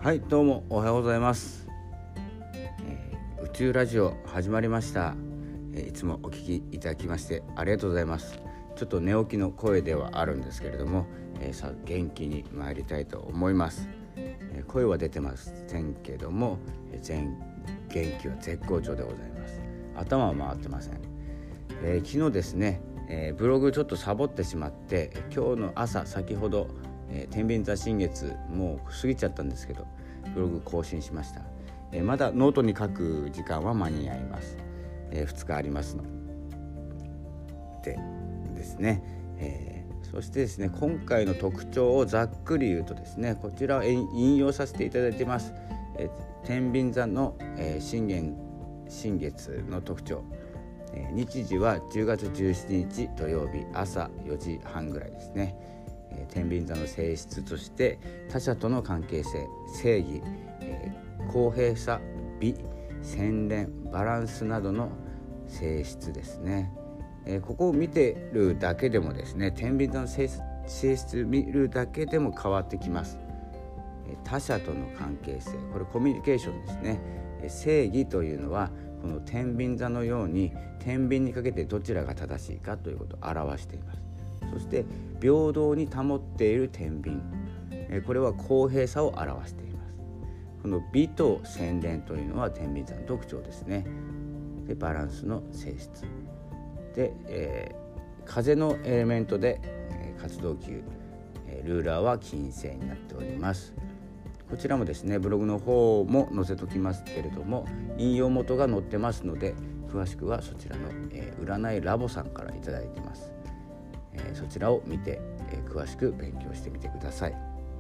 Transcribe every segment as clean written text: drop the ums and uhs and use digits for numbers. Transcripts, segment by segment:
はい、どうもおはようございます。宇宙ラジオ始まりました。いつもお聞きいただきましてありがとうございます。ちょっと寝起きの声ではあるんですけれども、さあ元気に参りたいと思います。声は出てませんけども、元気は絶好調でございます。頭は回ってません。昨日ですね、ブログちょっとサボってしまって、今日の朝先ほど天秤座新月もう過ぎちゃったんですけどブログ更新しました。まだノートに書く時間は間に合います。2日ありますのでですね、そしてですね、今回の特徴をざっくり言うとですね、こちらを引用させていただいています。天秤座の、新月の特徴、日時は10月17日土曜日朝4時半ぐらいですね。天秤座の性質として他者との関係性、正義、公平さ、美、洗練、バランスなどの性質ですね。ここを見てるだけでもですね、天秤座の性質見るだけでも変わってきます。他者との関係性、これコミュニケーションですね。正義というのはこの天秤座のように天秤にかけてどちらが正しいかということを表しています。そして平等に保っている天秤、これは公平さを表しています。この美と洗練というのは天秤座の特徴ですね。でバランスの性質で、風のエレメントで、活動球、ルーラーは金星になっております。こちらもですねブログの方も載せときますけれども、引用元が載ってますので詳しくはそちらの、占いラボさんからいただいています。そちらを見て、詳しく勉強してみてください。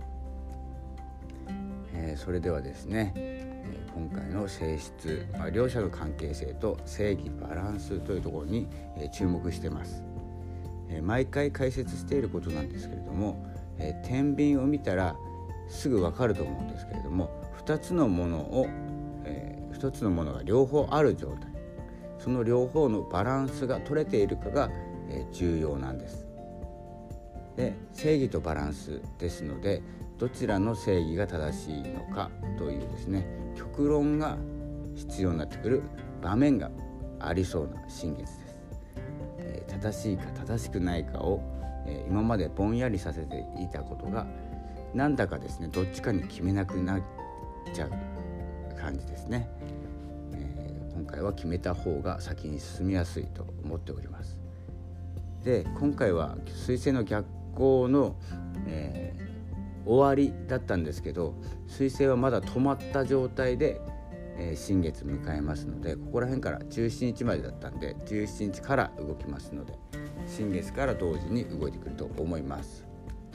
それではですね、今回の性質、両者の関係性と正義バランスというところに、注目しています。毎回解説していることなんですけれども、天秤を見たらすぐ分かると思うんですけれども、2つのものが両方ある状態、その両方のバランスが取れているかが、重要なんです。で正義とバランスですので、どちらの正義が正しいのかというですね、極論が必要になってくる場面がありそうな新月です。正しいか正しくないかを、今までぼんやりさせていたことがなんだかですね、どっちかに決めなくなっちゃう感じですね。今回は決めた方が先に進みやすいと思っております。で今回は水星の逆行の、終わりだったんですけど、水星はまだ止まった状態で、新月迎えますので、ここら辺から17日までだったんで17日から動きますので、新月から同時に動いてくると思います。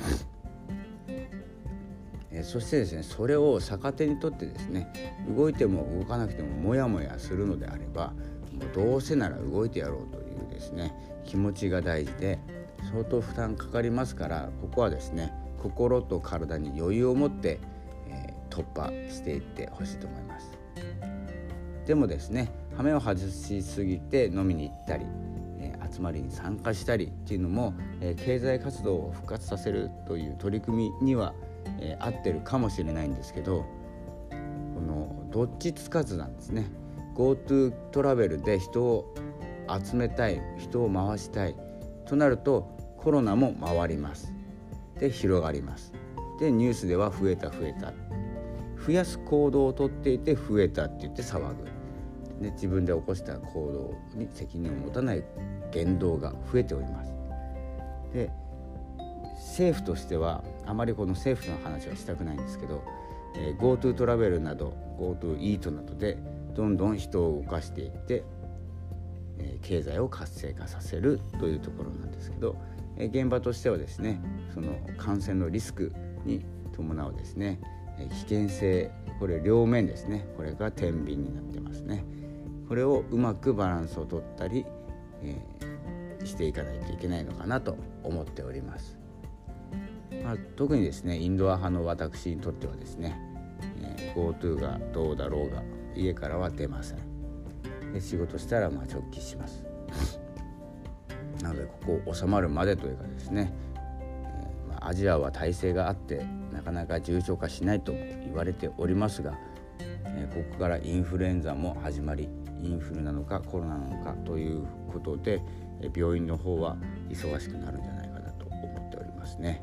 そしてですね、それを逆手にとってですね、動いても動かなくてもモヤモヤするのであれば、もうどうせなら動いてやろうというですね気持ちが大事で、相当負担かかりますから、ここはですね心と体に余裕を持って、突破していってほしいと思います。でもですね、羽目を外しすぎて飲みに行ったり、集まりに参加したりっていうのも、経済活動を復活させるという取り組みには、合ってるかもしれないんですけど、このどっちつかずなんですね。 GoTo トラベルで人を集めたい、人を回したいとなるとコロナも回ります。で広がります。でニュースでは増えた、増やす行動をとっていて増えたって言って騒ぐ。で自分で起こした行動に責任を持たない言動が増えております。で政府としてはあまりこの政府の話はしたくないんですけど、GoTo トラベルなど GoTo イートなどでどんどん人を動かしていって、経済を活性化させるというところなんですけど、現場としてはですね、その感染のリスクに伴うですね、危険性、これ両面ですね、これが天秤になってますね。これをうまくバランスを取ったり、していかないといけないのかなと思っております。特にですねインドア派の私にとってはですね、GoTo がどうだろうが家からは出ません。で仕事したら直帰します。なのでここ収まるまでというかですね、 アジアは耐性があってなかなか重症化しないと言われておりますが、ここからインフルエンザも始まり、インフルなのかコロナなのかということで病院の方は忙しくなるんじゃないかなと思っておりますね。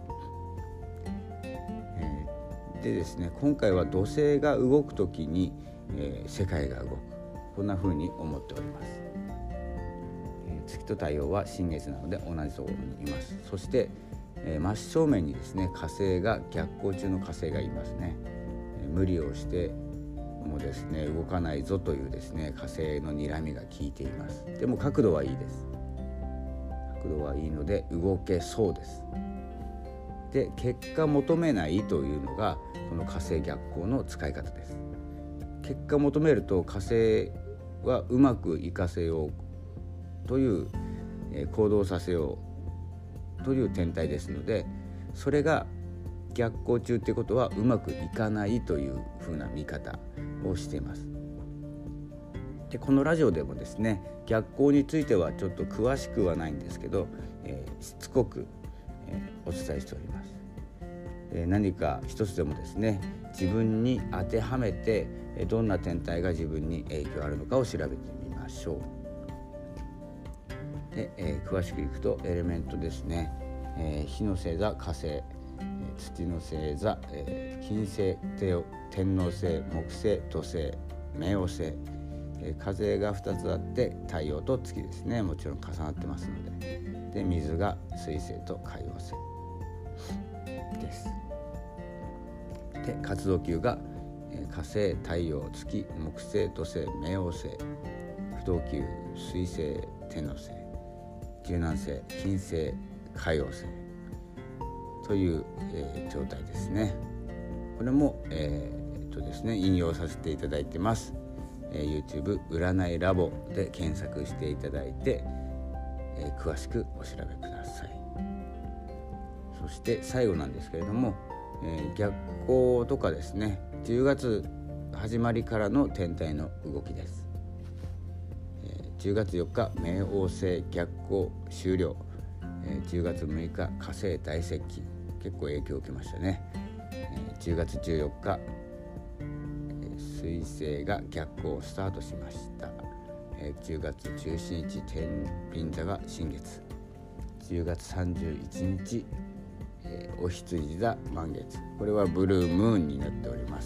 でですね、今回は土星が動くときに、世界が動く、こんな風に思っております。月と太陽は新月なので同じところにいます。そして、真正面にですね火星が、逆行中の火星がいますね。無理をしてもですね動かないぞというですね火星の睨みが効いています。でも角度はいいです。角度はいいので動けそうです。で、結果求めないというのがこの火星逆行の使い方です。結果求めると火星はうまくいかせようという、行動させようという天体ですので、それが逆行中ということはうまくいかないというふうな見方をしています。で、このラジオでもですね逆行についてはちょっと詳しくはないんですけど、しつこく、お伝えしております。何か一つでもですね自分に当てはめてどんな天体が自分に影響あるのかを調べてみましょう。で、詳しくいくとエレメントですね、火の星座火星、土の星座、金星天王星木星土星冥王星、風が2つあって太陽と月ですね、もちろん重なってますので、で水が水星と海王星です。で、活動球が火星太陽月木星土星冥王星、不動球水星天王星柔軟星金星海王星という、状態ですね。これも、ですね、引用させていただいてます。YouTube 占いラボで検索していただいて、詳しくお調べください。そして最後なんですけれども、逆行とかですね10月始まりからの天体の動きです。10月4日冥王星逆行終了、10月6日火星大接近、結構影響を受けましたね。10月14日水星が逆行スタートしました。10月17日天秤座が新月、10月31日、お羊座満月、これはブルームーンになっております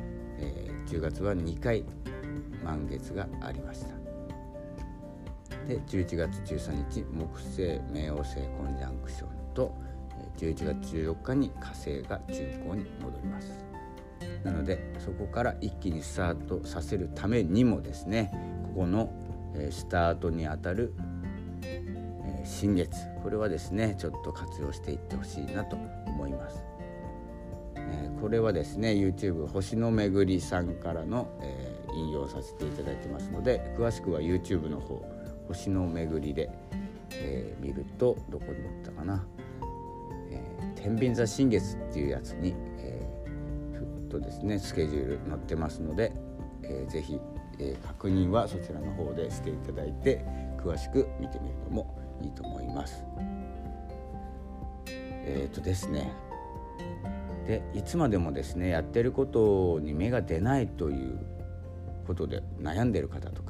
。10月は2回満月がありました。で、11月13日木星冥王星コンジャンクションと、11月14日に火星が中行に戻ります。なのでそこから一気にスタートさせるためにもですね、ここのスタートにあたる新月、これはですねちょっと活用していってほしいなと思います。これはですね YouTube 星のめぐりさんからの、引用させていただいてますので、詳しくは YouTube の方星のめぐりで、見るとどこに載ったかな、天秤座新月っていうやつに、ですねスケジュール載ってますので、ぜひ、確認はそちらの方でしていただいて詳しく見てみるのもいいと思います。ですね、でいつまでもですねやってることに芽が出ないということで悩んでる方とか、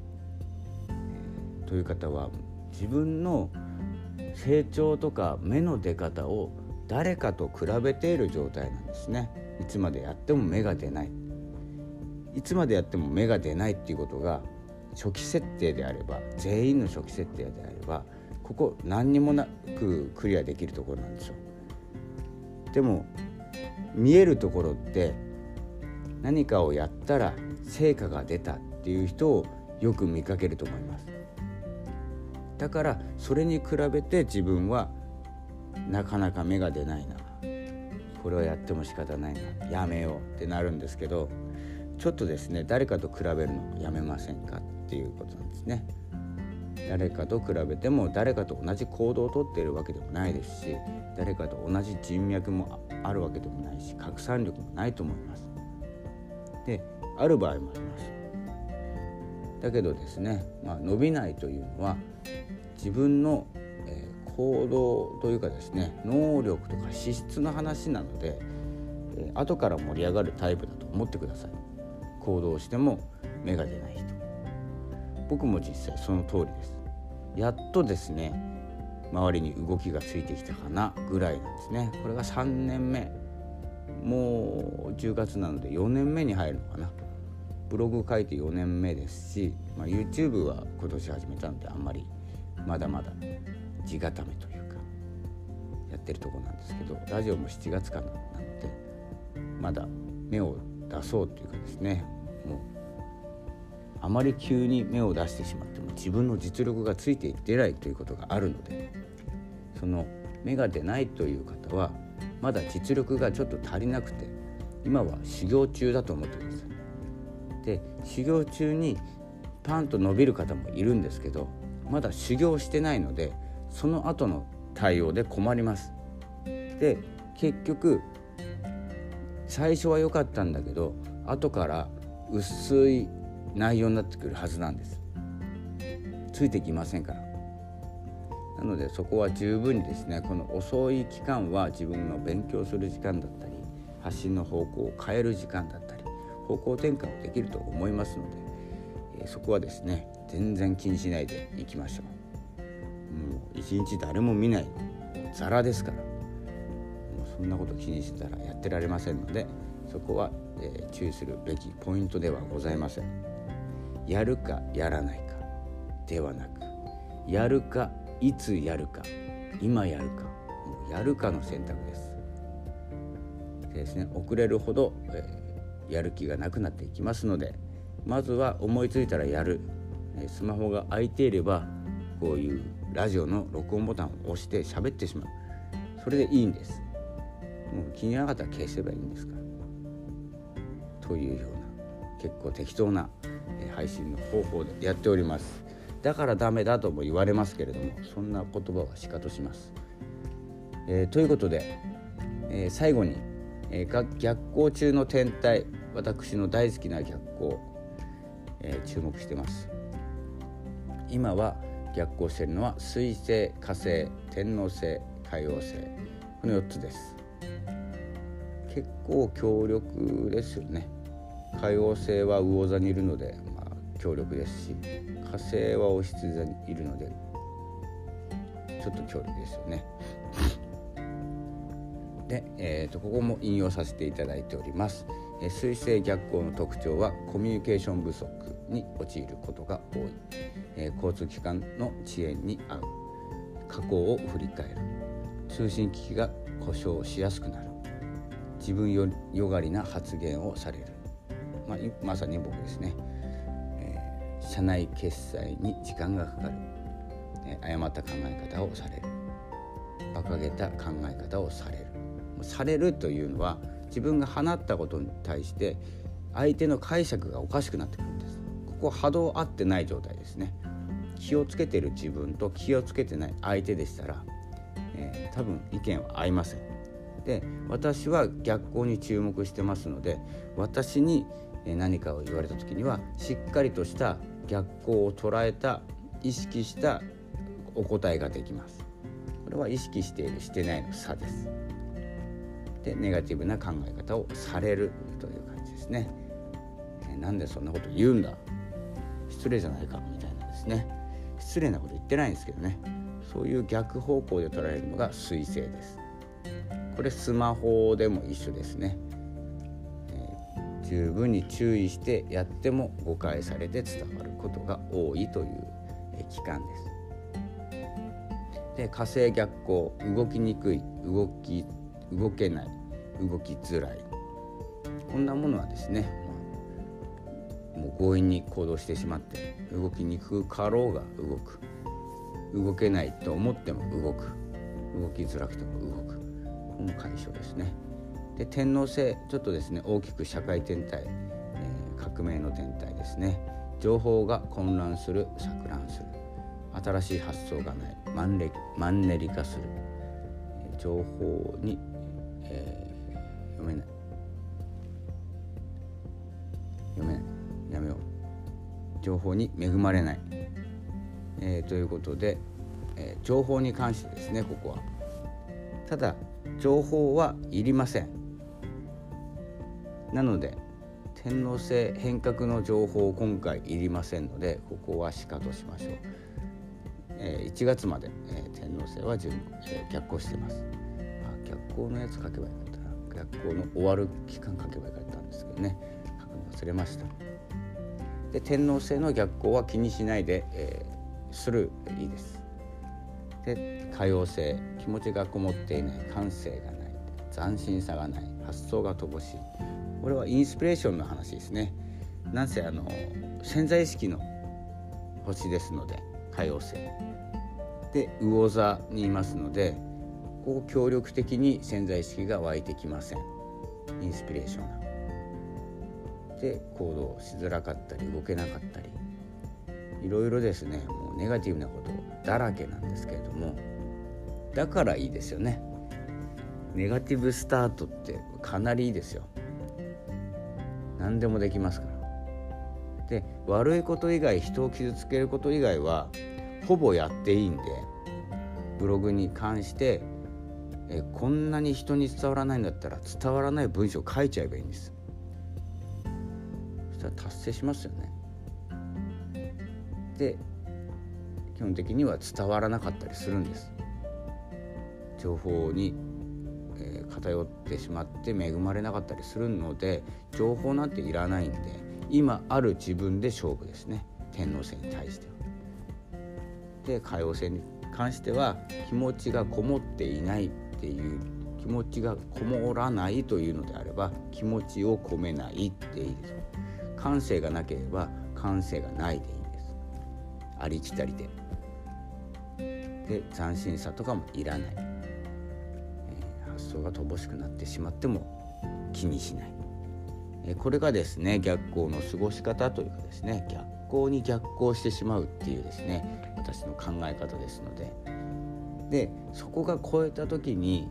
という方は自分の成長とか芽の出方を誰かと比べている状態なんですね。いつまでやっても芽が出ない、いつまでやっても芽が出ないっていうことが初期設定であれば、全員の初期設定であればここ何にもなくクリアできるところなんですよ。でも見えるところって何かをやったら成果が出たっていう人をよく見かけると思います。だからそれに比べて自分はなかなか芽が出ないな、これはやっても仕方ないな、やめようってなるんですけど、ちょっとですね誰かと比べるのやめませんかっていうことなんですね。誰かと比べても誰かと同じ行動をとっているわけでもないですし、誰かと同じ人脈もあるわけでもないし、拡散力もないと思います。で、ある場合もあります。だけどですね、伸びないというのは自分の行動というかですね、能力とか資質の話なので、後から盛り上がるタイプだと思ってください。行動しても芽が出ない人。僕も実際その通りです。やっとですね、周りに動きがついてきたかなぐらいなんですね。これが3年目、もう10月なので4年目に入るのかな。ブログ書いて4年目ですし、YouTube は今年始めたのであんまりまだまだ地固めというかやってるところなんですけど、ラジオも7月からなのでまだ芽を出そうというかですね、もうあまり急に芽を出してしまっても自分の実力がついていってないということがあるので、その芽が出ないという方はまだ実力がちょっと足りなくて、今は修行中だと思ってください。で、修行中にパンと伸びる方もいるんですけど、まだ修行してないのでその後の対応で困ります。で、結局最初は良かったんだけど後から薄い内容になってくるはずなんです。ついてきませんから。なのでそこは十分にですね、この遅い期間は自分の勉強する時間だったり、発信の方向を変える時間だったり、方向転換をできると思いますので、そこはですね全然気にしないでいきましょう。もう一日誰も見ないザラですから、もうそんなこと気にしてたらやってられませんので、そこは、注意するべきポイントではございません。やるかやらないかではなく、やるかいつやるか今やるか、もうやるかの選択です。でですね、遅れるほど、やる気がなくなっていきますので、まずは思いついたらやる。スマホが空いていればこういうラジオの録音ボタンを押して喋ってしまう。それでいいんです。もう気になかったら消せばいいんですから、というような結構適当な配信の方法でやっております。だからダメだとも言われますけれども、そんな言葉はしかとします。ということで、最後に、逆行中の天体、私の大好きな逆行、注目してます。今は逆行しているのは水星、火星、天王星、海王星、この4つです。結構強力ですよね。海王星は魚座にいるので、強力ですし、火星はお羊座にいるのでちょっと強力ですよね。で、ここも引用させていただいております。水星逆行の特徴はコミュニケーション不足に陥ることが多い、交通機関の遅延に遭う、過去を振り返る、通信機器が故障しやすくなる、自分よがりな発言をされる、まさに僕ですね。社内決済に時間がかかる、誤った考え方をされる、馬鹿げた考え方をされる。されるというのは自分が放ったことに対して相手の解釈がおかしくなってくるんです。ここ波動合ってない状態ですね。気をつけている自分と気をつけてない相手でしたら、多分意見は合いません。で、私は逆行に注目してますので、私に何かを言われた時にはしっかりとした逆行を捉えた、意識したお答えができます。これは意識しているしてないの差です。で、ネガティブな考え方をされるという感じですね。なんでそんなこと言うんだ、失礼じゃないかみたいなですね。失礼なこと言ってないんですけどね、そういう逆方向で捉えるのが水星です。これスマホでも一緒ですね。十分に注意してやっても誤解されて伝わることが多いという期間です。で、火星逆行、動きにくい、動けない、動きづらい、こんなものはですね、もう強引に行動してしまって、動きにくかろうが動く、動けないと思っても動く、動きづらくても動く、この解消ですね。で、天王星、ちょっとですね大きく社会天体、革命の天体ですね。情報が混乱する、錯乱する、新しい発想がない、マンネリ化する、情報に、読めないやめよう、情報に恵まれない、ということで、 情報に関してですね。ここはただ情報はいりません。なので天王星変革の情報今回いりませんので、ここはシカとしましょう。1月まで、天王星は逆行してます。逆行のやつ書けばよかったな。逆行の終わる期間書けばよかったんですけどね、書くの忘れました。で天王星の逆行は気にしないで、スルーでいいです。で海王星、気持ちがこもっていない、感性がない、斬新さがない、発想が乏しい。これはインスピレーションの話ですね。なんせ潜在意識の星ですので、海王星で魚座にいますので、ここ協力的に潜在意識が湧いてきません。インスピレーションなで行動しづらかったり動けなかったり、いろいろですね、もうネガティブなことだらけなんですけれども、だからいいですよね。ネガティブスタートってかなりいいですよ。何でもできますから。で悪いこと以外、人を傷つけること以外はほぼやっていいんで、ブログに関してこんなに人に伝わらないんだったら伝わらない文章を書いちゃえばいいんです。そしたら達成しますよね。で基本的には伝わらなかったりするんです。情報に、偏ってしまって恵まれなかったりするので、情報なんていらないんで、今ある自分で勝負ですね。天王星に対しては。で海王星に関しては気持ちがこもっていないっていう、気持ちがこもらないというのであれば、気持ちを込めないっていいです。感性がなければ感性がないでいいんです。ありきたりで斬新さとかもいらない、発想が乏しくなってしまっても気にしない、これがですね逆行の過ごし方というかですね、逆行に逆行してしまうっていうですね、私の考え方ですので、そこが超えた時に、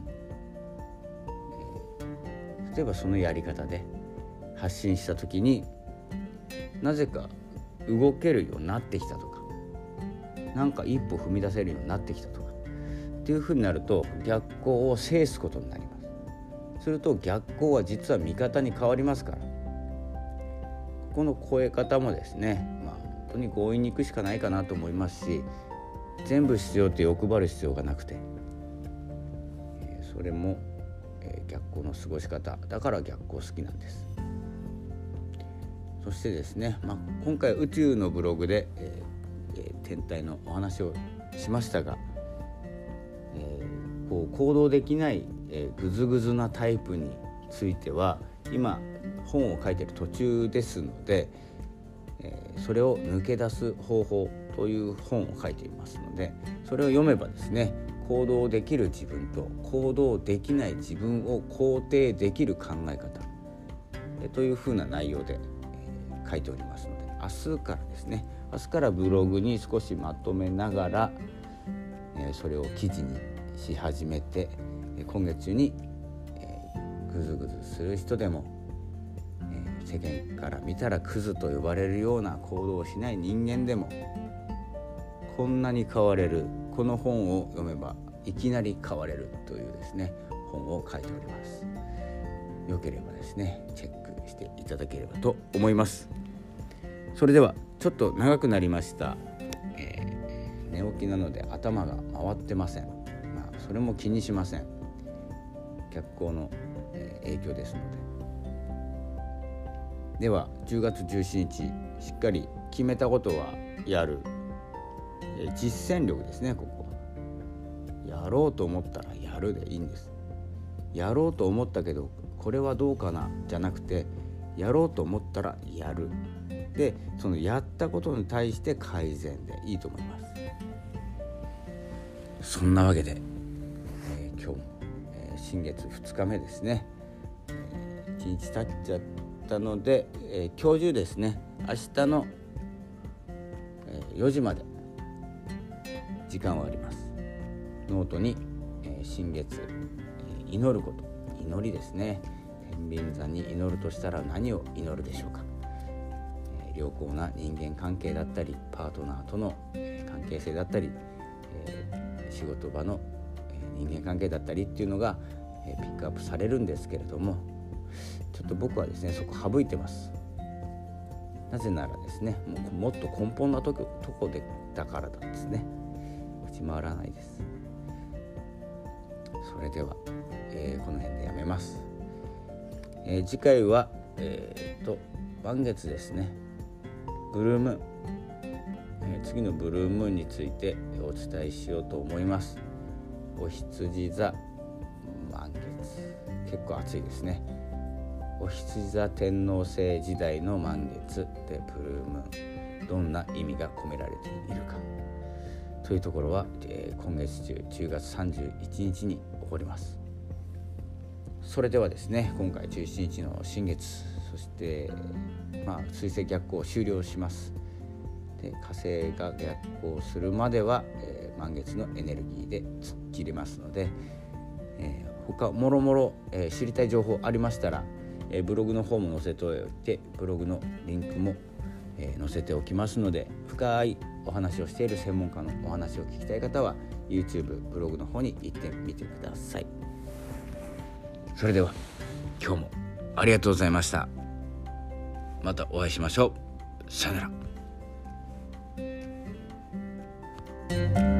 例えばそのやり方で発信した時になぜか動けるようになってきたとか、なんか一歩踏み出せるようになってきたとかっていう風になると、逆行を制すことになります。すると逆行は実は味方に変わりますから、ここの超え方もですね、本当に強引に行くしかないかなと思いますし、全部必要って欲張る必要がなくて、それも、逆行の過ごし方だから逆行好きなんです。そしてですね、今回宇宙のブログで、天体のお話をしましたが、行動できない、グズグズなタイプについては今本を書いている途中ですので、それを抜け出す方法という本を書いていますので、それを読めばですね、行動できる自分と行動できない自分を肯定できる考え方、というふうな内容で、書いておりますので、明日からですね、明日からブログに少しまとめながら、それを記事にし始めて、今月中に、グズグズする人でも、世間から見たらクズと呼ばれるような行動をしない人間でもこんなに変われる、この本を読めばいきなり変われるというですね、本を書いております。よければですねチェックしていただければと思います。それではちょっと長くなりました。寝起きなので頭が回ってません。それも気にしません。逆行の、影響ですので。では10月17日しっかり決めたことはやる、実践力ですね。ここやろうと思ったらやるでいいんです。やろうと思ったけどこれはどうかなじゃなくて、やろうと思ったらやるで、そのやったことに対して改善でいいと思います。そんなわけで、今日も、新月2日目ですね、1日経っちゃったので、今日中ですね、明日の、4時まで時間はあります。ノートに、新月、祈ること、祈りですね。天秤座に祈るとしたら何を祈るでしょうか。良好な人間関係だったり、パートナーとの関係性だったり、 仕事場の人間関係だったりっていうのがピックアップされるんですけれども、ちょっと僕はですねそこ省いてます。なぜならですねもっと根本なとこでだからなんですね。口回らないです。それでは、この辺でやめます。次回は満月ですね。ブルームーン、次のブルームーンについてお伝えしようと思います。お羊座満月、結構暑いですね。お羊座天王星時代の満月でブルームーン、どんな意味が込められているかというところは、今月中10月31日に起こります。それではですね、今回17日の新月、そして水星逆行終了します。で火星が逆行するまでは、満月のエネルギーで突っ切りますので、他もろもろ知りたい情報ありましたら、ブログの方も載せておいて、ブログのリンクも、載せておきますので、深いお話をしている専門家のお話を聞きたい方は YouTube ブログの方に行ってみてください。それでは今日もありがとうございました。またお会いしましょう。さよなら。